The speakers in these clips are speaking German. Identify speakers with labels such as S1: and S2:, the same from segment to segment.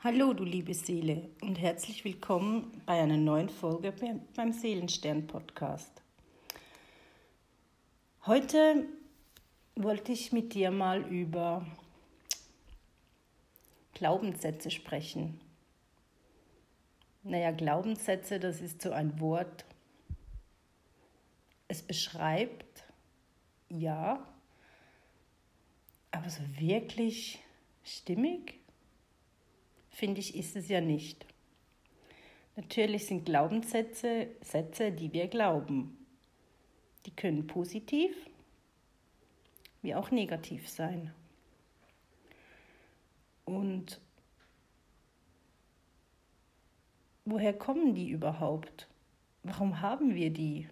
S1: Hallo, du liebe Seele, und herzlich willkommen bei einer neuen Folge beim Seelenstern-Podcast. Heute wollte ich mit dir mal über Glaubenssätze sprechen. Glaubenssätze, das ist so ein Wort. Es beschreibt, ja, aber so wirklich stimmig, finde ich, ist es ja nicht. Natürlich sind Glaubenssätze Sätze, die wir glauben. Die können positiv wie auch negativ sein. Und woher kommen die überhaupt? Warum haben wir die?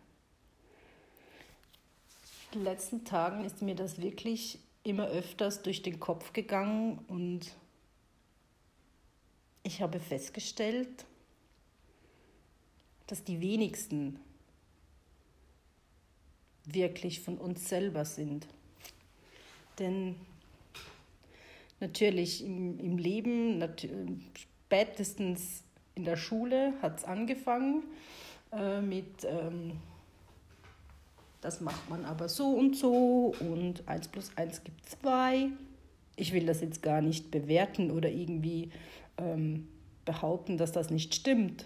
S1: In den letzten Tagen ist mir das wirklich immer öfters durch den Kopf gegangen und ich habe festgestellt, dass die wenigsten wirklich von uns selber sind. Denn natürlich im Leben, spätestens in der Schule hat es angefangen mit, das macht man aber so und 1 plus 1 gibt 2. Ich will das jetzt gar nicht bewerten oder irgendwie behaupten, dass das nicht stimmt.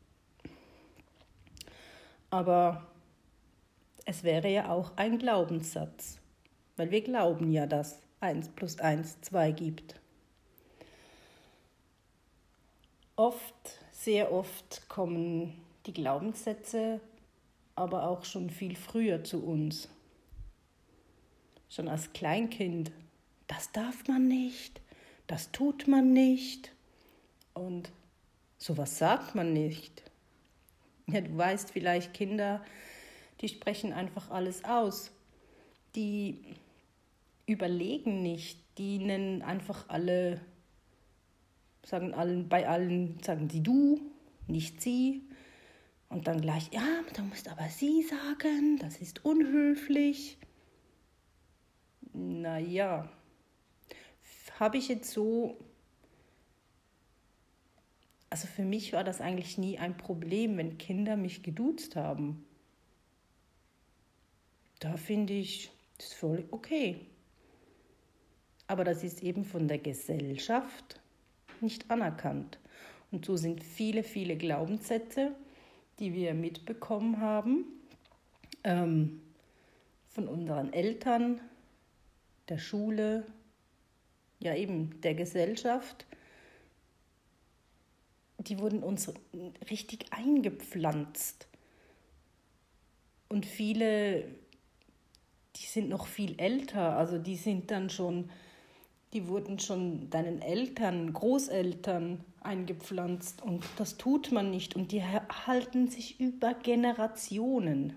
S1: Aber es wäre ja auch ein Glaubenssatz, weil wir glauben ja, dass 1 plus 1 2 gibt. Sehr oft kommen die Glaubenssätze aber auch schon viel früher zu uns. Schon als Kleinkind. Das darf man nicht, das tut man nicht und sowas sagt man nicht. Ja, du weißt vielleicht, Kinder, die sprechen einfach alles aus. Die überlegen nicht, die nennen einfach alle, bei allen sagen sie du, nicht sie. Und dann gleich, ja, du musst aber sie sagen, das ist unhöflich. Naja, habe ich jetzt so, also für mich war das eigentlich nie ein Problem, wenn Kinder mich geduzt haben. Da finde ich, das ist voll okay. Aber das ist eben von der Gesellschaft nicht anerkannt. Und so sind viele, viele Glaubenssätze, die wir mitbekommen haben, von unseren Eltern, der Schule, ja eben der Gesellschaft, die wurden uns richtig eingepflanzt. Und viele, die sind noch viel älter, also die wurden schon deinen Eltern, Großeltern eingepflanzt und das tut man nicht und die halten sich über Generationen.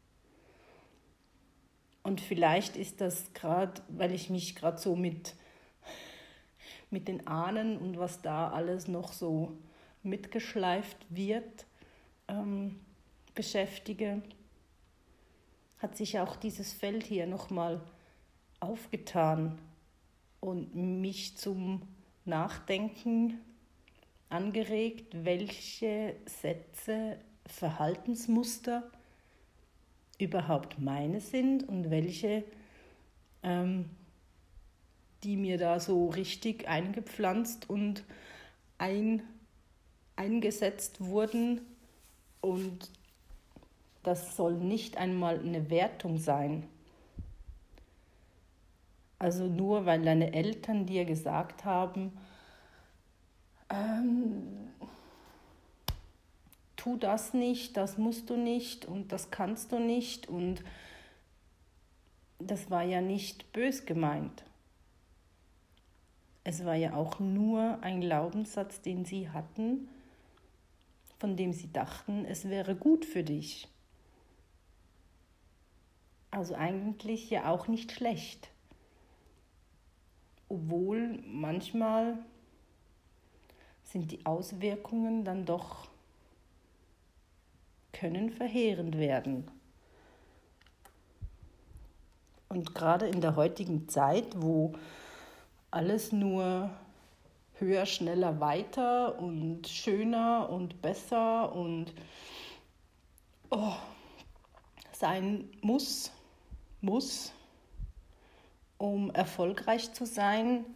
S1: Und vielleicht ist das gerade, weil ich mich gerade so mit den Ahnen und was da alles noch so mitgeschleift wird, beschäftige, hat sich auch dieses Feld hier nochmal aufgetan und mich zum Nachdenken angeregt, welche Sätze, Verhaltensmuster überhaupt meine sind und welche, die mir da so richtig eingepflanzt und eingesetzt wurden. Und das soll nicht einmal eine Wertung sein. Also nur weil deine Eltern dir gesagt haben, tu das nicht, das musst du nicht und das kannst du nicht. Und das war ja nicht bös gemeint. Es war ja auch nur ein Glaubenssatz, den sie hatten, von dem sie dachten, es wäre gut für dich. Also eigentlich ja auch nicht schlecht. Obwohl manchmal sind die Auswirkungen dann doch, können verheerend werden. Und gerade in der heutigen Zeit, wo alles nur höher, schneller, weiter und schöner und besser und sein muss, um erfolgreich zu sein,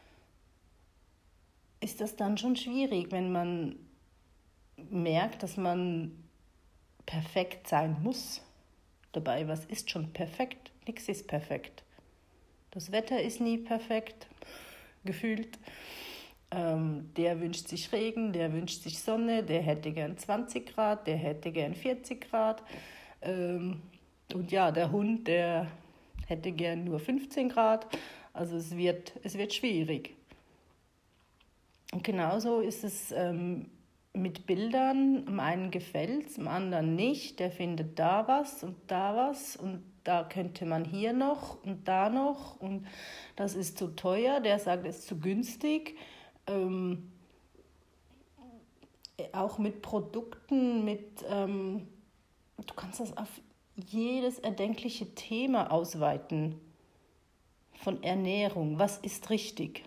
S1: ist das dann schon schwierig, wenn man merkt, dass man perfekt sein muss. Dabei, was ist schon perfekt? Nichts ist perfekt. Das Wetter ist nie perfekt, gefühlt. Der wünscht sich Regen, der wünscht sich Sonne, der hätte gern 20 Grad, der hätte gern 40 Grad. Und ja, der Hund, der hätte gern nur 15 Grad. Also es wird schwierig. Und genauso ist es mit Bildern. Dem einen gefällt es, dem anderen nicht. Der findet da was und da könnte man hier noch und da noch und das ist zu teuer. Der sagt, es ist zu günstig. Auch mit Produkten, du kannst das auf jedes erdenkliche Thema ausweiten. Von Ernährung, was ist richtig?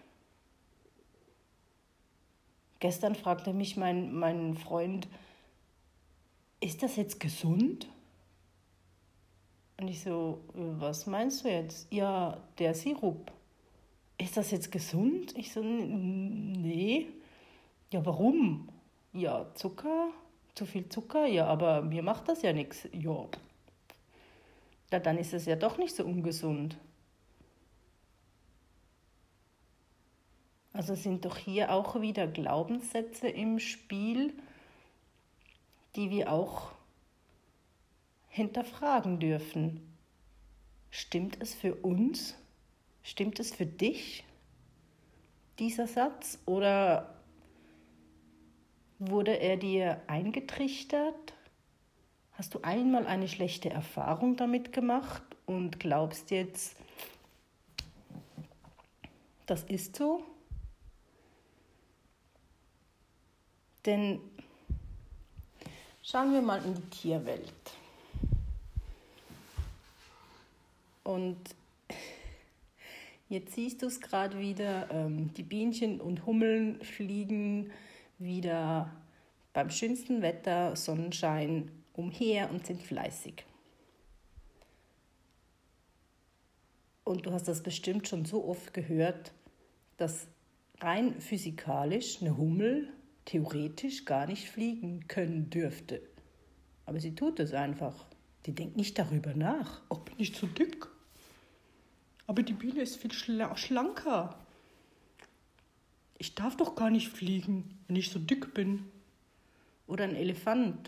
S1: Gestern fragte mich mein Freund, ist das jetzt gesund? Und ich so, was meinst du jetzt? Ja, der Sirup. Ist das jetzt gesund? Ich so, nee. Ja, warum? Ja, Zucker, zu viel Zucker, ja, aber mir macht das ja nichts. Ja, dann ist es ja doch nicht so ungesund. Also sind doch hier auch wieder Glaubenssätze im Spiel, die wir auch hinterfragen dürfen. Stimmt es für uns? Stimmt es für dich, dieser Satz? Oder wurde er dir eingetrichtert? Hast du einmal eine schlechte Erfahrung damit gemacht und glaubst jetzt, das ist so? Denn schauen wir mal in die Tierwelt. Und jetzt siehst du es gerade wieder, die Bienchen und Hummeln fliegen wieder beim schönsten Wetter, Sonnenschein, umher und sind fleißig. Und du hast das bestimmt schon so oft gehört, dass rein physikalisch eine Hummel theoretisch gar nicht fliegen können dürfte. Aber sie tut es einfach. Die denkt nicht darüber nach. Oh, bin ich zu dick? Aber die Biene ist viel schlanker. Ich darf doch gar nicht fliegen, wenn ich so dick bin. Oder ein Elefant.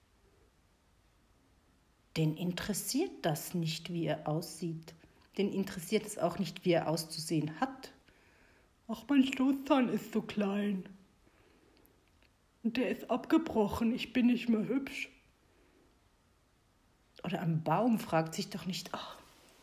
S1: Den interessiert das nicht, wie er aussieht. Den interessiert es auch nicht, wie er auszusehen hat. Ach, mein Stoßzahn ist so klein. Und der ist abgebrochen, ich bin nicht mehr hübsch. Oder ein Baum fragt sich doch nicht, ach,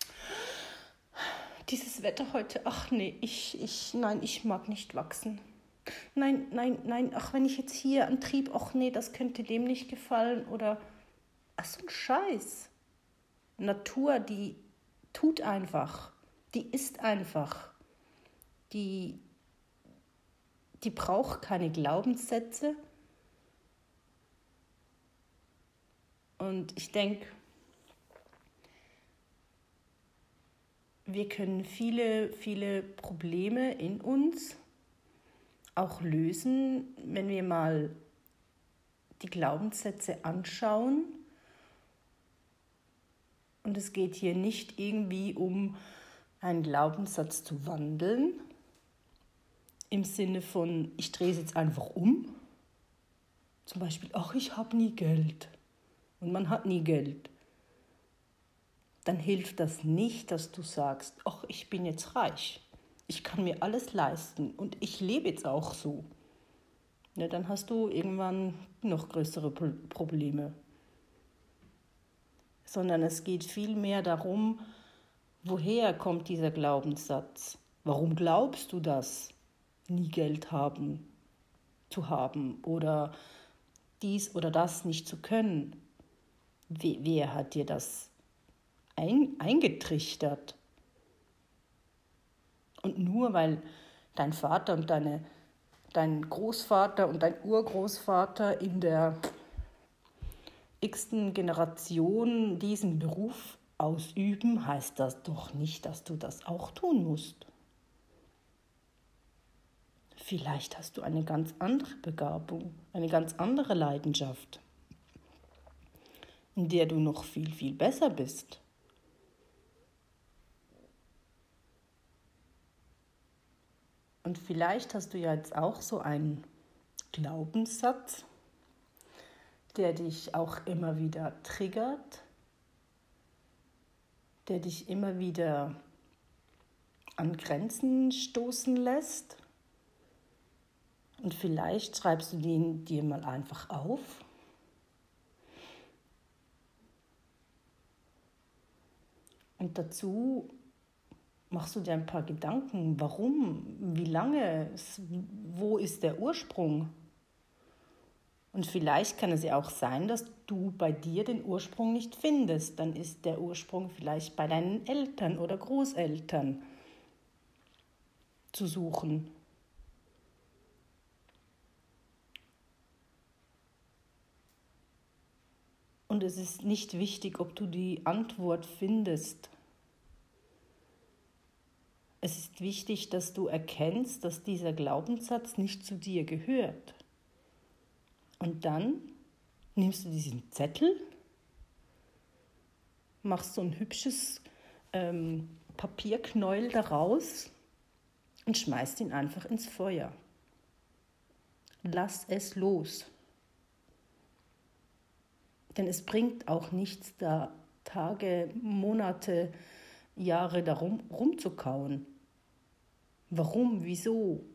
S1: dieses Wetter heute, ach nee, nein, ich mag nicht wachsen. Nein, ach, wenn ich jetzt hier einen Trieb, ach nee, das könnte dem nicht gefallen. Oder, ach, so ein Scheiß. Natur, die tut einfach, die ist einfach. Die braucht keine Glaubenssätze. Und ich denke, wir können viele Probleme in uns auch lösen, wenn wir mal die Glaubenssätze anschauen. Und es geht hier nicht irgendwie um einen Glaubenssatz zu wandeln, im Sinne von, ich drehe es jetzt einfach um. Zum Beispiel, ach, ich habe nie Geld. Und man hat nie Geld. Dann hilft das nicht, dass du sagst, ach, ich bin jetzt reich. Ich kann mir alles leisten und ich lebe jetzt auch so. Ja, dann hast du irgendwann noch größere Probleme. Sondern es geht vielmehr darum, woher kommt dieser Glaubenssatz? Warum glaubst du das, nie Geld zu haben oder dies oder das nicht zu können? Wer hat dir das eingetrichtert? Und nur weil dein Vater und deine dein Großvater und dein Urgroßvater in der x-ten Generation diesen Beruf ausüben, heißt das doch nicht, dass du das auch tun musst. Vielleicht hast du eine ganz andere Begabung, eine ganz andere Leidenschaft, in der du noch viel, viel besser bist. Und vielleicht hast du ja jetzt auch so einen Glaubenssatz, der dich auch immer wieder triggert, der dich immer wieder an Grenzen stoßen lässt. Und vielleicht schreibst du den dir mal einfach auf. Und dazu machst du dir ein paar Gedanken, warum, wie lange, wo ist der Ursprung? Und vielleicht kann es ja auch sein, dass du bei dir den Ursprung nicht findest. Dann ist der Ursprung vielleicht bei deinen Eltern oder Großeltern zu suchen. Und es ist nicht wichtig, ob du die Antwort findest. Es ist wichtig, dass du erkennst, dass dieser Glaubenssatz nicht zu dir gehört. Und dann nimmst du diesen Zettel, machst so ein hübsches Papierknäuel daraus und schmeißt ihn einfach ins Feuer. Lass es los. Denn es bringt auch nichts, da Tage, Monate, Jahre darum rumzukauen. Warum? Wieso?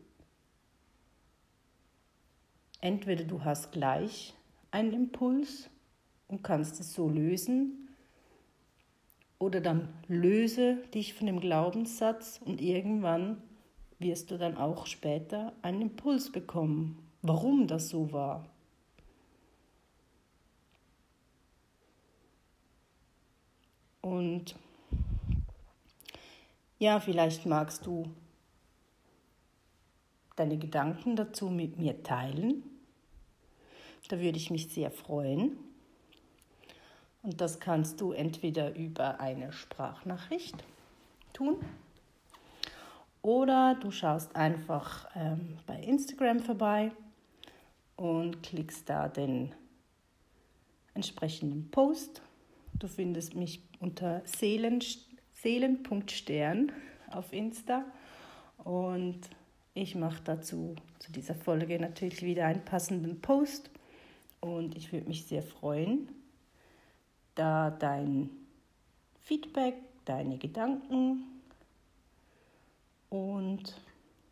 S1: Entweder du hast gleich einen Impuls und kannst es so lösen, oder dann löse dich von dem Glaubenssatz und irgendwann wirst du dann auch später einen Impuls bekommen, warum das so war. Und ja, vielleicht magst du deine Gedanken dazu mit mir teilen. Da würde ich mich sehr freuen. Und das kannst du entweder über eine Sprachnachricht tun oder du schaust einfach bei Instagram vorbei und klickst da den entsprechenden Post. Du findest mich unter seelen.stern auf Insta und ich mache dazu zu dieser Folge natürlich wieder einen passenden Post und ich würde mich sehr freuen, da dein Feedback, deine Gedanken und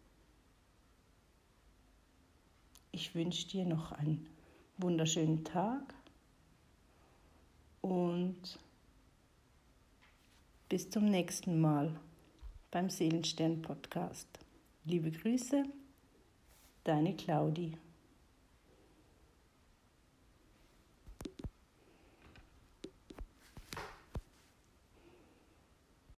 S1: ich wünsche dir noch einen wunderschönen Tag und bis zum nächsten Mal beim Seelenstern Podcast. Liebe Grüße, deine Claudi.